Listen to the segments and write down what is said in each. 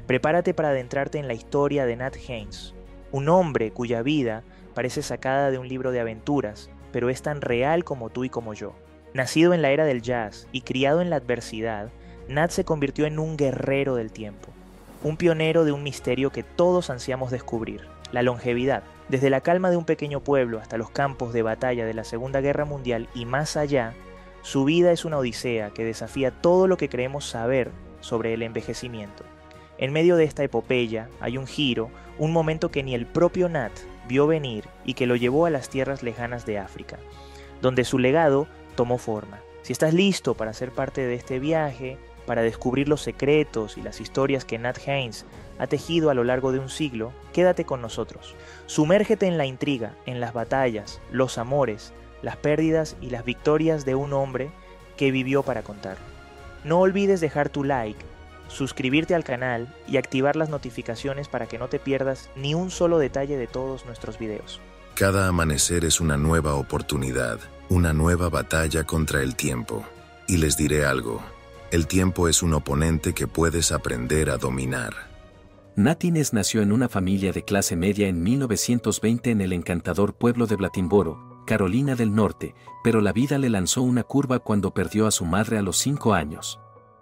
Prepárate para adentrarte en la historia de Nat Haynes, un hombre cuya vida parece sacada de un libro de aventuras, pero es tan real como tú y como yo. Nacido en la era del jazz y criado en la adversidad, Nat se convirtió en un guerrero del tiempo, un pionero de un misterio que todos ansiamos descubrir, la longevidad. Desde la calma de un pequeño pueblo hasta los campos de batalla de la Segunda Guerra Mundial y más allá, su vida es una odisea que desafía todo lo que creemos saber sobre el envejecimiento. En medio de esta epopeya hay un giro, un momento que ni el propio Nat vio venir y que lo llevó a las tierras lejanas de África, donde su legado tomó forma. Si estás listo para ser parte de este viaje, para descubrir los secretos y las historias que Nat Haynes ha tejido a lo largo de un siglo, quédate con nosotros. Sumérgete en la intriga, en las batallas, los amores, las pérdidas y las victorias de un hombre que vivió para contarlo. No olvides dejar tu like, suscribirte al canal y activar las notificaciones para que no te pierdas ni un solo detalle de todos nuestros videos. Cada amanecer es una nueva oportunidad, una nueva batalla contra el tiempo. Y les diré algo, el tiempo es un oponente que puedes aprender a dominar. Nat Haynes nació en una familia de clase media en 1920 en el encantador pueblo de Blattymboro, Carolina del Norte, pero la vida le lanzó una curva cuando perdió a su madre a los 5 años.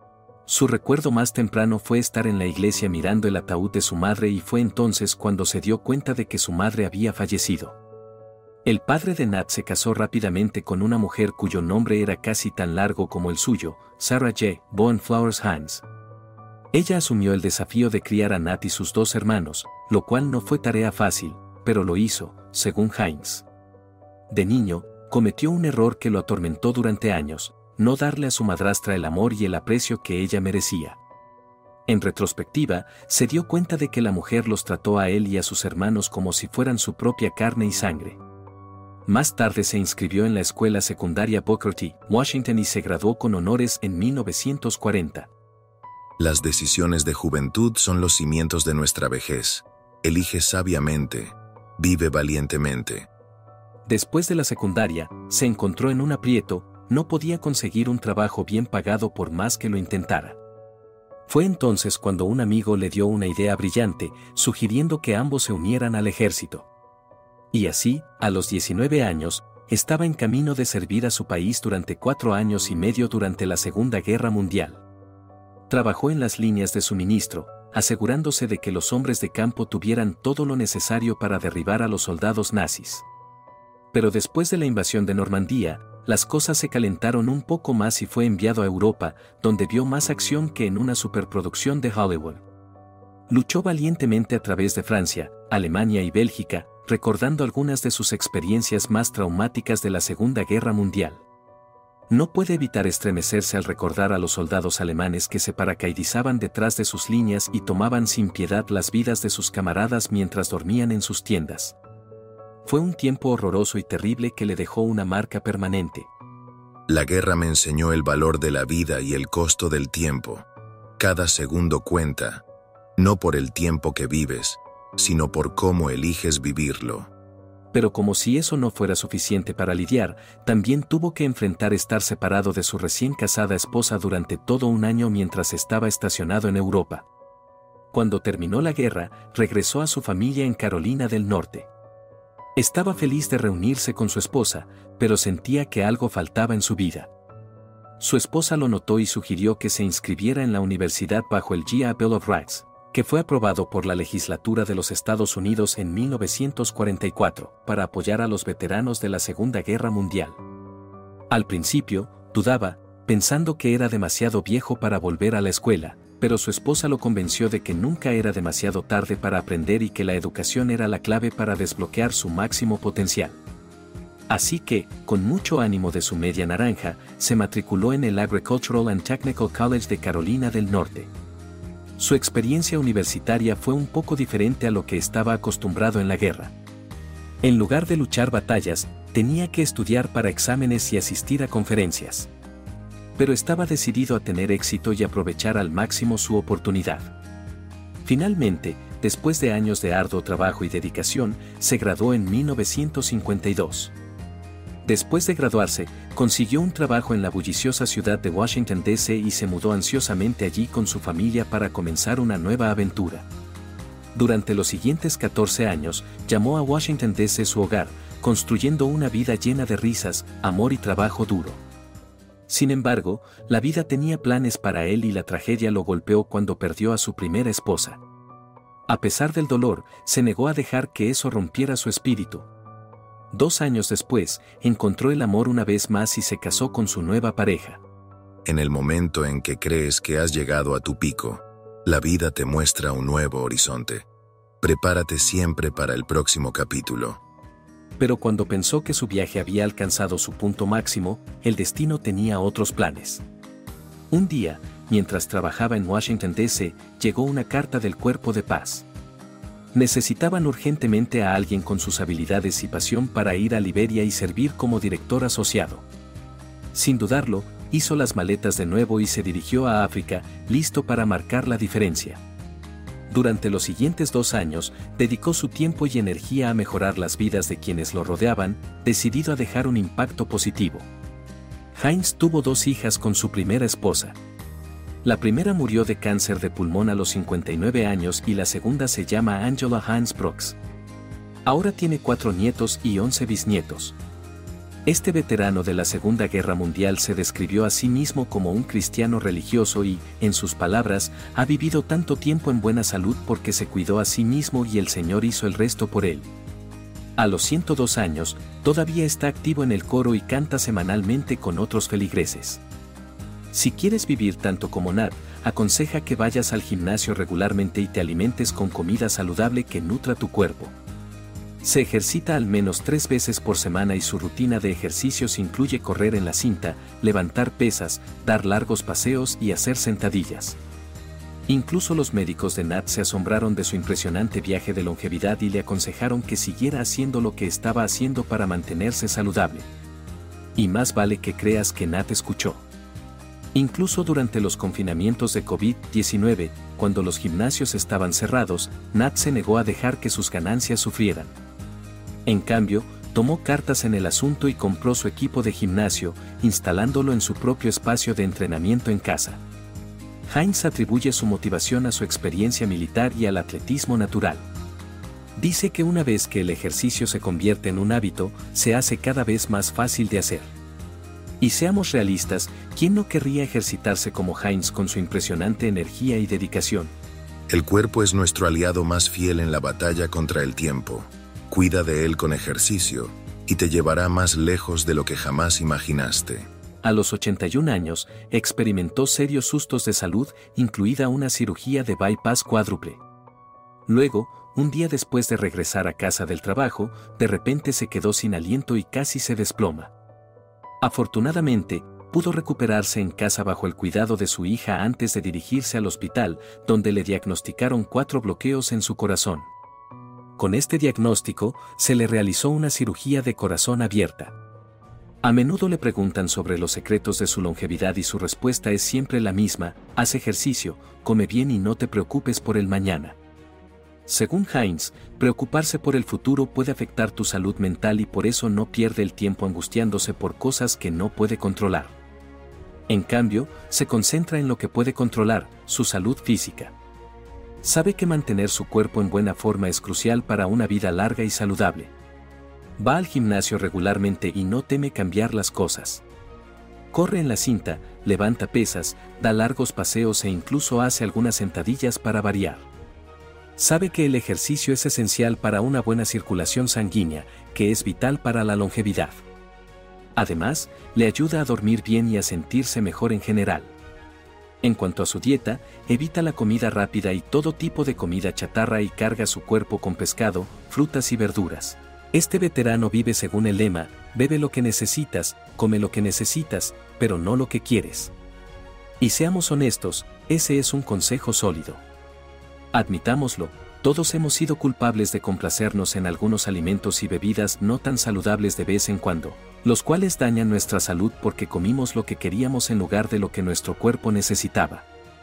Su recuerdo más temprano fue estar en la iglesia mirando el ataúd de su madre y fue entonces cuando se dio cuenta de que su madre había fallecido. El padre de Nat se casó rápidamente con una mujer cuyo nombre era casi tan largo como el suyo, Sarah J. Bowen Flowers Haynes. Ella asumió el desafío de criar a Nat y sus 2 hermanos, lo cual no fue tarea fácil, pero lo hizo, según Haynes. De niño, cometió un error que lo atormentó durante años, no darle a su madrastra el amor y el aprecio que ella merecía. En retrospectiva, se dio cuenta de que la mujer los trató a él y a sus hermanos como si fueran su propia carne y sangre. Más tarde se inscribió en la escuela secundaria Booker T. Washington y se graduó con honores en 1940. Las decisiones de juventud son los cimientos de nuestra vejez. Elige sabiamente, vive valientemente. Después de la secundaria, se encontró en un aprieto, no podía conseguir un trabajo bien pagado por más que lo intentara. Fue entonces cuando un amigo le dio una idea brillante, sugiriendo que ambos se unieran al ejército. Y así, a los 19 años, estaba en camino de servir a su país durante 4 años y medio durante la Segunda Guerra Mundial. Trabajó en las líneas de suministro, asegurándose de que los hombres de campo tuvieran todo lo necesario para derribar a los soldados nazis. Pero después de la invasión de Normandía, las cosas se calentaron un poco más y fue enviado a Europa, donde vio más acción que en una superproducción de Hollywood. Luchó valientemente a través de Francia, Alemania y Bélgica, recordando algunas de sus experiencias más traumáticas de la Segunda Guerra Mundial. No puede evitar estremecerse al recordar a los soldados alemanes que se paracaidizaban detrás de sus líneas y tomaban sin piedad las vidas de sus camaradas mientras dormían en sus tiendas. Fue un tiempo horroroso y terrible que le dejó una marca permanente. La guerra me enseñó el valor de la vida y el costo del tiempo. Cada segundo cuenta, no por el tiempo que vives, sino por cómo eliges vivirlo. Pero como si eso no fuera suficiente para lidiar, también tuvo que enfrentar estar separado de su recién casada esposa durante todo un año mientras estaba estacionado en Europa. Cuando terminó la guerra, regresó a su familia en Carolina del Norte. Estaba feliz de reunirse con su esposa, pero sentía que algo faltaba en su vida. Su esposa lo notó y sugirió que se inscribiera en la universidad bajo el GI Bill of Rights, que fue aprobado por la legislatura de los Estados Unidos en 1944 para apoyar a los veteranos de la Segunda Guerra Mundial. Al principio, dudaba, pensando que era demasiado viejo para volver a la escuela, pero su esposa lo convenció de que nunca era demasiado tarde para aprender y que la educación era la clave para desbloquear su máximo potencial. Así que, con mucho ánimo de su media naranja, se matriculó en el Agricultural and Technical College de Carolina del Norte. Su experiencia universitaria fue un poco diferente a lo que estaba acostumbrado en la guerra. En lugar de luchar batallas, tenía que estudiar para exámenes y asistir a conferencias. Pero estaba decidido a tener éxito y aprovechar al máximo su oportunidad. Finalmente, después de años de arduo trabajo y dedicación, se graduó en 1952. Después de graduarse, consiguió un trabajo en la bulliciosa ciudad de Washington, D.C. y se mudó ansiosamente allí con su familia para comenzar una nueva aventura. Durante los siguientes 14 años, llamó a Washington, D.C. su hogar, construyendo una vida llena de risas, amor y trabajo duro. Sin embargo, la vida tenía planes para él y la tragedia lo golpeó cuando perdió a su primera esposa. A pesar del dolor, se negó a dejar que eso rompiera su espíritu. 2 años después, encontró el amor una vez más y se casó con su nueva pareja. En el momento en que crees que has llegado a tu pico, la vida te muestra un nuevo horizonte. Prepárate siempre para el próximo capítulo. Pero cuando pensó que su viaje había alcanzado su punto máximo, el destino tenía otros planes. Un día, mientras trabajaba en Washington, D.C., llegó una carta del Cuerpo de Paz. Necesitaban urgentemente a alguien con sus habilidades y pasión para ir a Liberia y servir como director asociado. Sin dudarlo, hizo las maletas de nuevo y se dirigió a África, listo para marcar la diferencia. Durante los siguientes 2 años, dedicó su tiempo y energía a mejorar las vidas de quienes lo rodeaban, decidido a dejar un impacto positivo. Heinz tuvo 2 hijas con su primera esposa. La primera murió de cáncer de pulmón a los 59 años y la segunda se llama Angela Heinz Brooks. Ahora tiene 4 nietos y 11 bisnietos. Este veterano de la Segunda Guerra Mundial se describió a sí mismo como un cristiano religioso y, en sus palabras, ha vivido tanto tiempo en buena salud porque se cuidó a sí mismo y el Señor hizo el resto por él. A los 102 años, todavía está activo en el coro y canta semanalmente con otros feligreses. Si quieres vivir tanto como Nat, aconseja que vayas al gimnasio regularmente y te alimentes con comida saludable que nutra tu cuerpo. Se ejercita al menos 3 veces por semana y su rutina de ejercicios incluye correr en la cinta, levantar pesas, dar largos paseos y hacer sentadillas. Incluso los médicos de Nat se asombraron de su impresionante viaje de longevidad y le aconsejaron que siguiera haciendo lo que estaba haciendo para mantenerse saludable. Y más vale que creas que Nat escuchó. Incluso durante los confinamientos de COVID-19, cuando los gimnasios estaban cerrados, Nat se negó a dejar que sus ganancias sufrieran. En cambio, tomó cartas en el asunto y compró su equipo de gimnasio, instalándolo en su propio espacio de entrenamiento en casa. Heinz atribuye su motivación a su experiencia militar y al atletismo natural. Dice que una vez que el ejercicio se convierte en un hábito, se hace cada vez más fácil de hacer. Y seamos realistas, ¿quién no querría ejercitarse como Heinz con su impresionante energía y dedicación? El cuerpo es nuestro aliado más fiel en la batalla contra el tiempo. Cuida de él con ejercicio, y te llevará más lejos de lo que jamás imaginaste. A los 81 años, experimentó serios sustos de salud, incluida una cirugía de bypass cuádruple. Luego, un día después de regresar a casa del trabajo, de repente se quedó sin aliento y casi se desploma. Afortunadamente, pudo recuperarse en casa bajo el cuidado de su hija antes de dirigirse al hospital, donde le diagnosticaron 4 bloqueos en su corazón. Con este diagnóstico, se le realizó una cirugía de corazón abierta. A menudo le preguntan sobre los secretos de su longevidad y su respuesta es siempre la misma: haz ejercicio, come bien y no te preocupes por el mañana. Según Heinz, preocuparse por el futuro puede afectar tu salud mental y por eso no pierde el tiempo angustiándose por cosas que no puede controlar. En cambio, se concentra en lo que puede controlar, su salud física. Sabe que mantener su cuerpo en buena forma es crucial para una vida larga y saludable. Va al gimnasio regularmente y no teme cambiar las cosas. Corre en la cinta, levanta pesas, da largos paseos e incluso hace algunas sentadillas para variar. Sabe que el ejercicio es esencial para una buena circulación sanguínea, que es vital para la longevidad. Además, le ayuda a dormir bien y a sentirse mejor en general. En cuanto a su dieta, evita la comida rápida y todo tipo de comida chatarra y carga su cuerpo con pescado, frutas y verduras. Este veterano vive según el lema: bebe lo que necesitas, come lo que necesitas, pero no lo que quieres. Y seamos honestos, ese es un consejo sólido. Admitámoslo, todos hemos sido culpables de complacernos en algunos alimentos y bebidas no tan saludables de vez en cuando, los cuales dañan nuestra salud porque comimos lo que queríamos en lugar de lo que nuestro cuerpo necesitaba.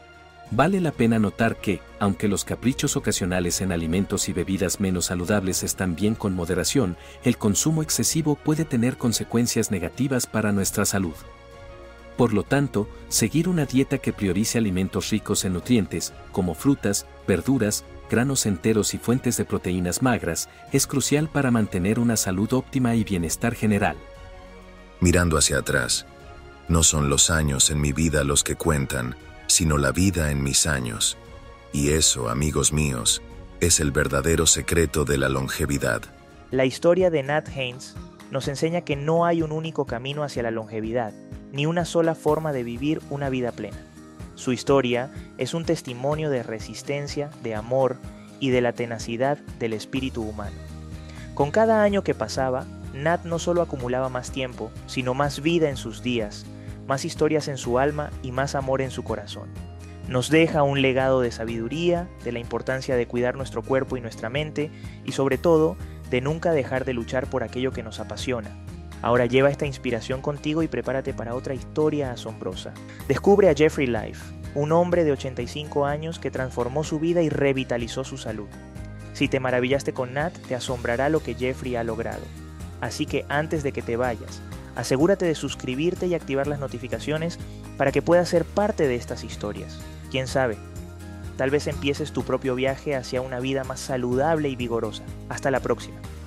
Vale la pena notar que, aunque los caprichos ocasionales en alimentos y bebidas menos saludables están bien con moderación, el consumo excesivo puede tener consecuencias negativas para nuestra salud. Por lo tanto, seguir una dieta que priorice alimentos ricos en nutrientes, como frutas, verduras, granos enteros y fuentes de proteínas magras, es crucial para mantener una salud óptima y bienestar general. Mirando hacia atrás, no son los años en mi vida los que cuentan, sino la vida en mis años. Y eso, amigos míos, es el verdadero secreto de la longevidad. La historia de Nat Heinz nos enseña que no hay un único camino hacia la longevidad, ni una sola forma de vivir una vida plena. Su historia es un testimonio de resistencia, de amor y de la tenacidad del espíritu humano. Con cada año que pasaba, Nat no solo acumulaba más tiempo, sino más vida en sus días, más historias en su alma y más amor en su corazón. Nos deja un legado de sabiduría, de la importancia de cuidar nuestro cuerpo y nuestra mente, y sobre todo, de nunca dejar de luchar por aquello que nos apasiona. Ahora lleva esta inspiración contigo y prepárate para otra historia asombrosa. Descubre a Jeffrey Life, un hombre de 85 años que transformó su vida y revitalizó su salud. Si te maravillaste con Nat, te asombrará lo que Jeffrey ha logrado. Así que antes de que te vayas, asegúrate de suscribirte y activar las notificaciones para que puedas ser parte de estas historias. ¿Quién sabe? Tal vez empieces tu propio viaje hacia una vida más saludable y vigorosa. Hasta la próxima.